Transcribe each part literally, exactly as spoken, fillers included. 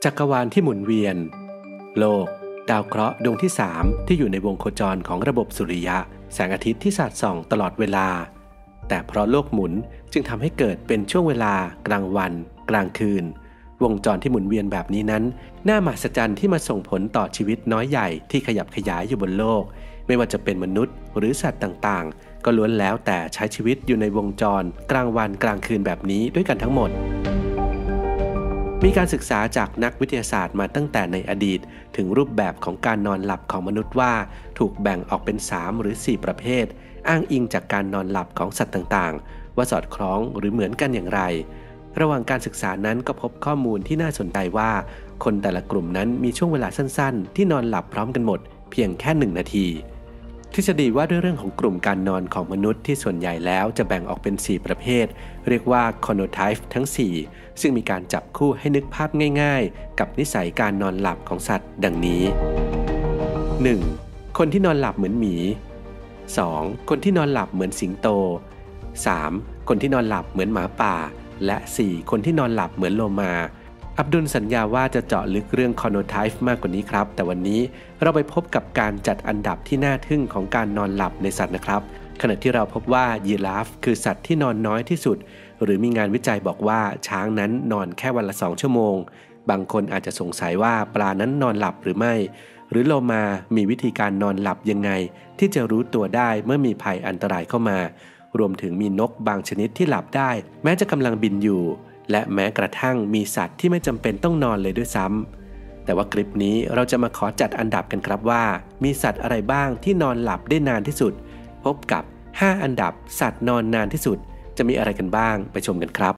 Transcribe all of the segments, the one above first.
จักรวาลที่หมุนเวียนโลกดาวเคราะห์ดวงที่สามที่อยู่ในวงโคจรของระบบสุริยะแสงอาทิตย์ที่สาดส่องตลอดเวลาแต่เพราะโลกหมุนจึงทำให้เกิดเป็นช่วงเวลากลางวันกลางคืนวงจรที่หมุนเวียนแบบนี้นั้นน่ามหัศจรรย์ที่มาส่งผลต่อชีวิตน้อยใหญ่ที่ขยับขยายอยู่บนโลกไม่ว่าจะเป็นมนุษย์หรือสัตว์ต่างๆก็ล้วนแล้วแต่ใช้ชีวิตอยู่ในวงจรกลางวันกลางคืนแบบนี้ด้วยกันทั้งหมดมีการศึกษาจากนักวิทยาศาสตร์มาตั้งแต่ในอดีตถึงรูปแบบของการนอนหลับของมนุษย์ว่าถูกแบ่งออกเป็นสามหรือสี่ประเภทอ้างอิงจากการนอนหลับของสัตว์ต่างๆว่าสอดคล้องหรือเหมือนกันอย่างไรระหว่างการศึกษานั้นก็พบข้อมูลที่น่าสนใจว่าคนแต่ละกลุ่มนั้นมีช่วงเวลาสั้นๆที่นอนหลับพร้อมกันหมดเพียงแค่หนึ่งนาทีทฤษฎีว่าด้วยเรื่องของกลุ่มการนอนของมนุษย์ที่ส่วนใหญ่แล้วจะแบ่งออกเป็นสี่ประเภทเรียกว่า Chronotype ทั้งสี่ซึ่งมีการจับคู่ให้นึกภาพง่ายๆกับนิสัยการนอนหลับของสัตว์ดังนี้ หนึ่ง. คนที่นอนหลับเหมือนหมี สอง. คนที่นอนหลับเหมือนสิงโต สาม. คนที่นอนหลับเหมือนหมาป่าและ สี่. คนที่นอนหลับเหมือนโลมาอับดุลสัญญาว่าจะเจาะลึกเรื่อง Chronotype มากกว่านี้ครับแต่วันนี้เราไปพบกับการจัดอันดับที่น่าทึ่งของการนอนหลับในสัตว์นะครับขณะที่เราพบว่ายีราฟคือสัตว์ที่นอนน้อยที่สุดหรือมีงานวิจัยบอกว่าช้างนั้นนอนแค่วันละสองชั่วโมงบางคนอาจจะสงสัยว่าปลานั้นนอนหลับหรือไม่หรือโลมามีวิธีการนอนหลับยังไงที่จะรู้ตัวได้เมื่อมีภัยอันตรายเข้ามารวมถึงมีนกบางชนิดที่หลับได้แม้จะกำลังบินอยู่และแม้กระทั่งมีสัตว์ที่ไม่จำเป็นต้องนอนเลยด้วยซ้ำแต่ว่าคลิปนี้เราจะมาขอจัดอันดับกันครับว่ามีสัตว์อะไรบ้างที่นอนหลับได้นานที่สุดพบกับห้าอันดับสัตว์นอนนานที่สุดจะมีอะไรกันบ้างไปชมกันครับ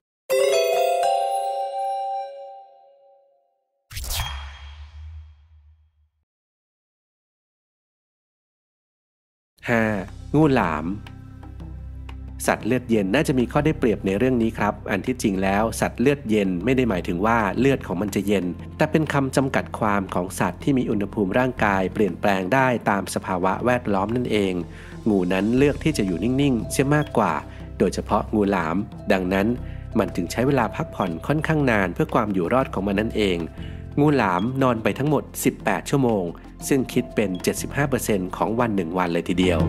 ห้า. งูหลามสัตว์เลือดเย็นน่าจะมีข้อได้เปรียบในเรื่องนี้ครับอันที่จริงแล้วสัตว์เลือดเย็นไม่ได้หมายถึงว่าเลือดของมันจะเย็นแต่เป็นคำจำกัดความของสัตว์ที่มีอุณหภูมิร่างกายเปลี่ยนแปลงได้ตามสภาวะแวดล้อมนั่นเองงูนั้นเลือกที่จะอยู่นิ่งๆเสียมากกว่าโดยเฉพาะงูหลามดังนั้นมันจึงใช้เวลาพักผ่อนค่อนข้างนานเพื่อความอยู่รอดของมันนั่นเองงูหลามนอนไปทั้งหมดสิบแปดชั่วโมงซึ่งคิดเป็น เจ็ดสิบห้าเปอร์เซ็นต์ ของวันหนึ่งวันเลยทีเดียว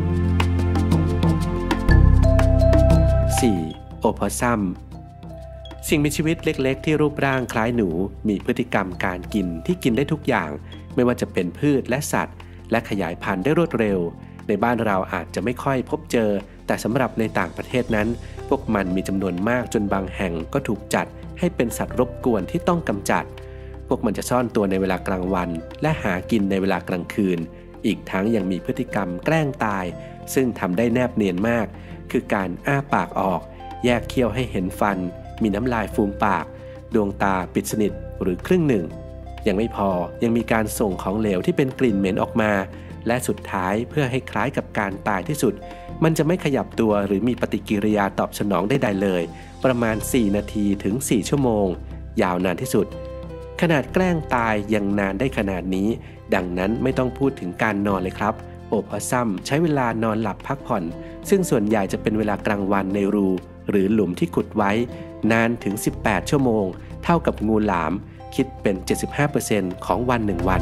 สี่. โอพอสซัมสิ่งมีชีวิตเล็กๆที่รูปร่างคล้ายหนูมีพฤติกรรมการกินที่กินได้ทุกอย่างไม่ว่าจะเป็นพืชและสัตว์และขยายพันธุ์ได้รวดเร็วในบ้านเราอาจจะไม่ค่อยพบเจอแต่สำหรับในต่างประเทศนั้นพวกมันมีจำนวนมากจนบางแห่งก็ถูกจัดให้เป็นสัตว์รบกวนที่ต้องกำจัดพวกมันจะซ่อนตัวในเวลากลางวันและหากินในเวลากลางคืนอีกทั้งยังมีพฤติกรรมแกล้งตายซึ่งทำได้แนบเนียนมากคือการอ้าปากออกแยกเคี้ยวให้เห็นฟันมีน้ำลายฟูมปากดวงตาปิดสนิทหรือครึ่งหนึ่งยังไม่พอยังมีการส่งของเหลวที่เป็นกลิ่นเหม็นออกมาและสุดท้ายเพื่อให้คล้ายกับการตายที่สุดมันจะไม่ขยับตัวหรือมีปฏิกิริยาตอบสนองใดๆเลยประมาณสี่นาทีถึงสี่ชั่วโมงยาวนานที่สุดขนาดแกล้งตายยังนานได้ขนาดนี้ดังนั้นไม่ต้องพูดถึงการนอนเลยครับโอพอสซัมใช้เวลานอนหลับพักผ่อนซึ่งส่วนใหญ่จะเป็นเวลากลางวันในรูหรือหลุมที่ขุดไว้นานถึงสิบแปดชั่วโมงเท่ากับงูหลามคิดเป็น เจ็ดสิบห้าเปอร์เซ็นต์ ของวันหนึ่งวัน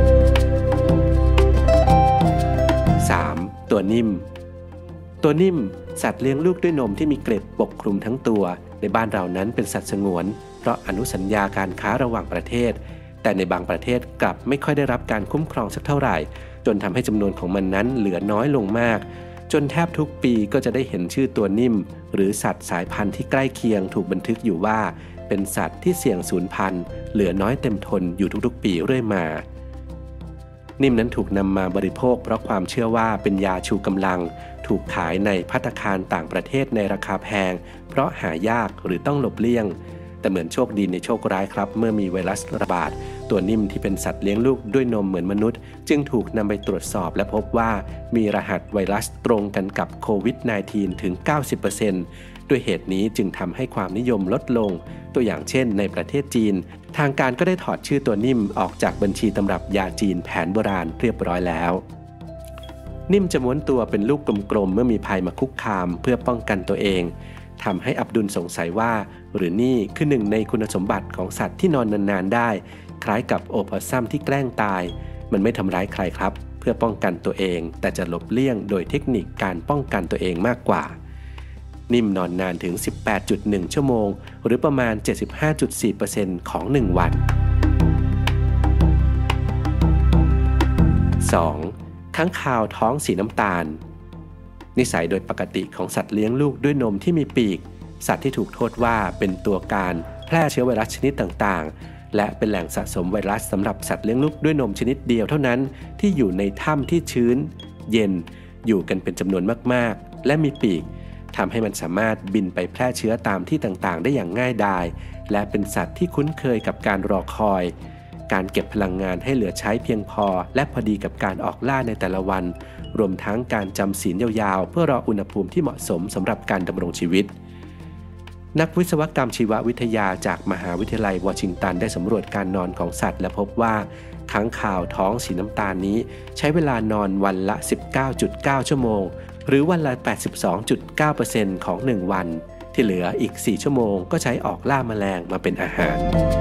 สาม. ตัวนิ่มตัวนิ่มสัตว์เลี้ยงลูกด้วยนมที่มีเกล็ดปกคลุมทั้งตัวในบ้านเรานั้นเป็นสัตว์สงวนเพราะอนุสัญญาการค้าระหว่างประเทศแต่ในบางประเทศกลับไม่ค่อยได้รับการคุ้มครองสักเท่าไหร่จนทำให้จำนวนของมันนั้นเหลือน้อยลงมากจนแทบทุกปีก็จะได้เห็นชื่อตัวนิ่มหรือสัตว์สายพันธุ์ที่ใกล้เคียงถูกบันทึกอยู่ว่าเป็นสัตว์ที่เสี่ยงสูญพันธุ์เหลือน้อยเต็มทนอยู่ทุกๆปีเรื่อยมานิ่มนั้นถูกนำมาบริโภคเพราะความเชื่อว่าเป็นยาชูกำลังถูกขายในภัตตาคารต่างประเทศในราคาแพงเพราะหายากหรือต้องหลบเลี่ยงแต่เหมือนโชคดีในโชคร้ายครับเมื่อมีไวรัสระบาดตัวนิ่มที่เป็นสัตว์เลี้ยงลูกด้วยนมเหมือนมนุษย์จึงถูกนำไปตรวจสอบและพบว่ามีรหัสไวรัสตรงกันกับโควิด สิบเก้า ถึง เก้าสิบเปอร์เซ็นต์ ด้วยเหตุนี้จึงทำให้ความนิยมลดลงตัวอย่างเช่นในประเทศจีนทางการก็ได้ถอดชื่อตัวนิ่มออกจากบัญชีตำรับยาจีนแผนโบราณเรียบร้อยแล้วนิ่มจะม้วนตัวเป็นลูกกลมๆเมื่อมีภัยมาคุกคามเพื่อป้องกันตัวเองทำให้อับดุลสงสัยว่าหรือนี่คือหนึ่งในคุณสมบัติของสัตว์ที่นอนนานๆได้คล้ายกับโอพอสซัมที่แกล้งตายมันไม่ทำร้ายใครครับเพื่อป้องกันตัวเองแต่จะหลบเลี่ยงโดยเทคนิคการป้องกันตัวเองมากกว่านิ่มนอนนานถึง สิบแปดจุดหนึ่ง ชั่วโมงหรือประมาณ เจ็ดสิบห้าจุดสี่เปอร์เซ็นต์ ของหนึ่งวัน สอง. ค้างคาวท้องสีน้ำตาลนิสัยโดยปกติของสัตว์เลี้ยงลูกด้วยนมที่มีปีกสัตว์ที่ถูกโทษว่าเป็นตัวการแพร่เชื้อไวรัสชนิดต่างๆและเป็นแหล่งสะสมไวรัสสำหรับสัตว์เลี้ยงลูกด้วยนมชนิดเดียวเท่านั้นที่อยู่ในถ้ำที่ชื้นเย็นอยู่กันเป็นจำนวนมากๆและมีปีกทำให้มันสามารถบินไปแพร่เชื้อตามที่ต่างๆได้อย่างง่ายดายและเป็นสัตว์ที่คุ้นเคยกับการรอคอยการเก็บพลังงานให้เหลือใช้เพียงพอและพอดีกับการออกล่าในแต่ละวันรวมทั้งการจำศีลยาวๆเพื่อรออุณหภูมิที่เหมาะสมสำหรับการดำรงชีวิตนักวิศวกรรมชีววิทยาจากมหาวิทยาลัยวอชิงตันได้สำรวจการนอนของสัตว์และพบว่าค้างคาวท้องสีน้ำตาลนี้ใช้เวลานอนวันละ สิบเก้าจุดเก้า ชั่วโมงหรือวันละ แปดสิบสองจุดเก้าเปอร์เซ็นต์ ของหนึ่งวันที่เหลืออีกสี่ชั่วโมงก็ใช้ออกล่าแมลงมาเป็นอาหาร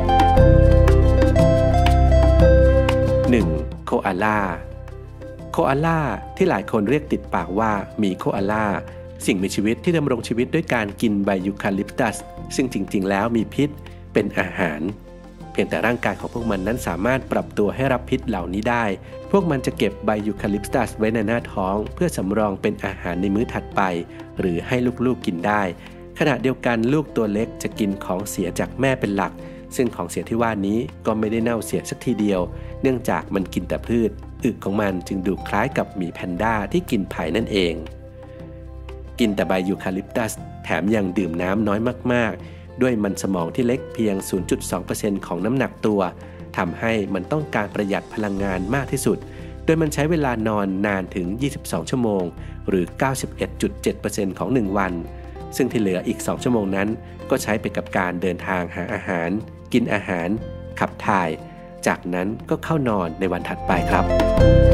หนึ่ง. โคอาล่าโคอาล่าที่หลายคนเรียกติดปากว่าหมีโคอาล่าสิ่งมีชีวิตที่ดำรงชีวิตด้วยการกินใบยูคาลิปตัสซึ่งจริงๆแล้วมีพิษเป็นอาหารเพียงแต่ร่างกายของพวกมันนั้นสามารถปรับตัวให้รับพิษเหล่านี้ได้พวกมันจะเก็บใบยูคาลิปตัสไว้ในหน้าท้องเพื่อสำรองเป็นอาหารในมื้อถัดไปหรือให้ลูกๆกินได้ขณะเดียวกันลูกตัวเล็กจะกินของเสียจากแม่เป็นหลักซึ่งของเสียที่ว่านี้ก็ไม่ได้เน่าเสียสักทีเดียวเนื่องจากมันกินแต่พืชอึของมันจึงดูคล้ายกับหมีแพนด้าที่กินไผ่นั่นเองกินแต่ใบยูคาลิปตัสแถมยังดื่มน้ำน้อยมากๆด้วยมันสมองที่เล็กเพียง ศูนย์จุดสองเปอร์เซ็นต์ ของน้ำหนักตัวทำให้มันต้องการประหยัดพลังงานมากที่สุดโดยมันใช้เวลานอนนานถึงยี่สิบสองชั่วโมงหรือ เก้าสิบเอ็ดจุดเจ็ดเปอร์เซ็นต์ ของหนึ่งวันซึ่งที่เหลืออีกสองชั่วโมงนั้นก็ใช้ไปกับการเดินทางหาอาหารกินอาหารขับถ่ายจากนั้นก็เข้านอนในวันถัดไปครับ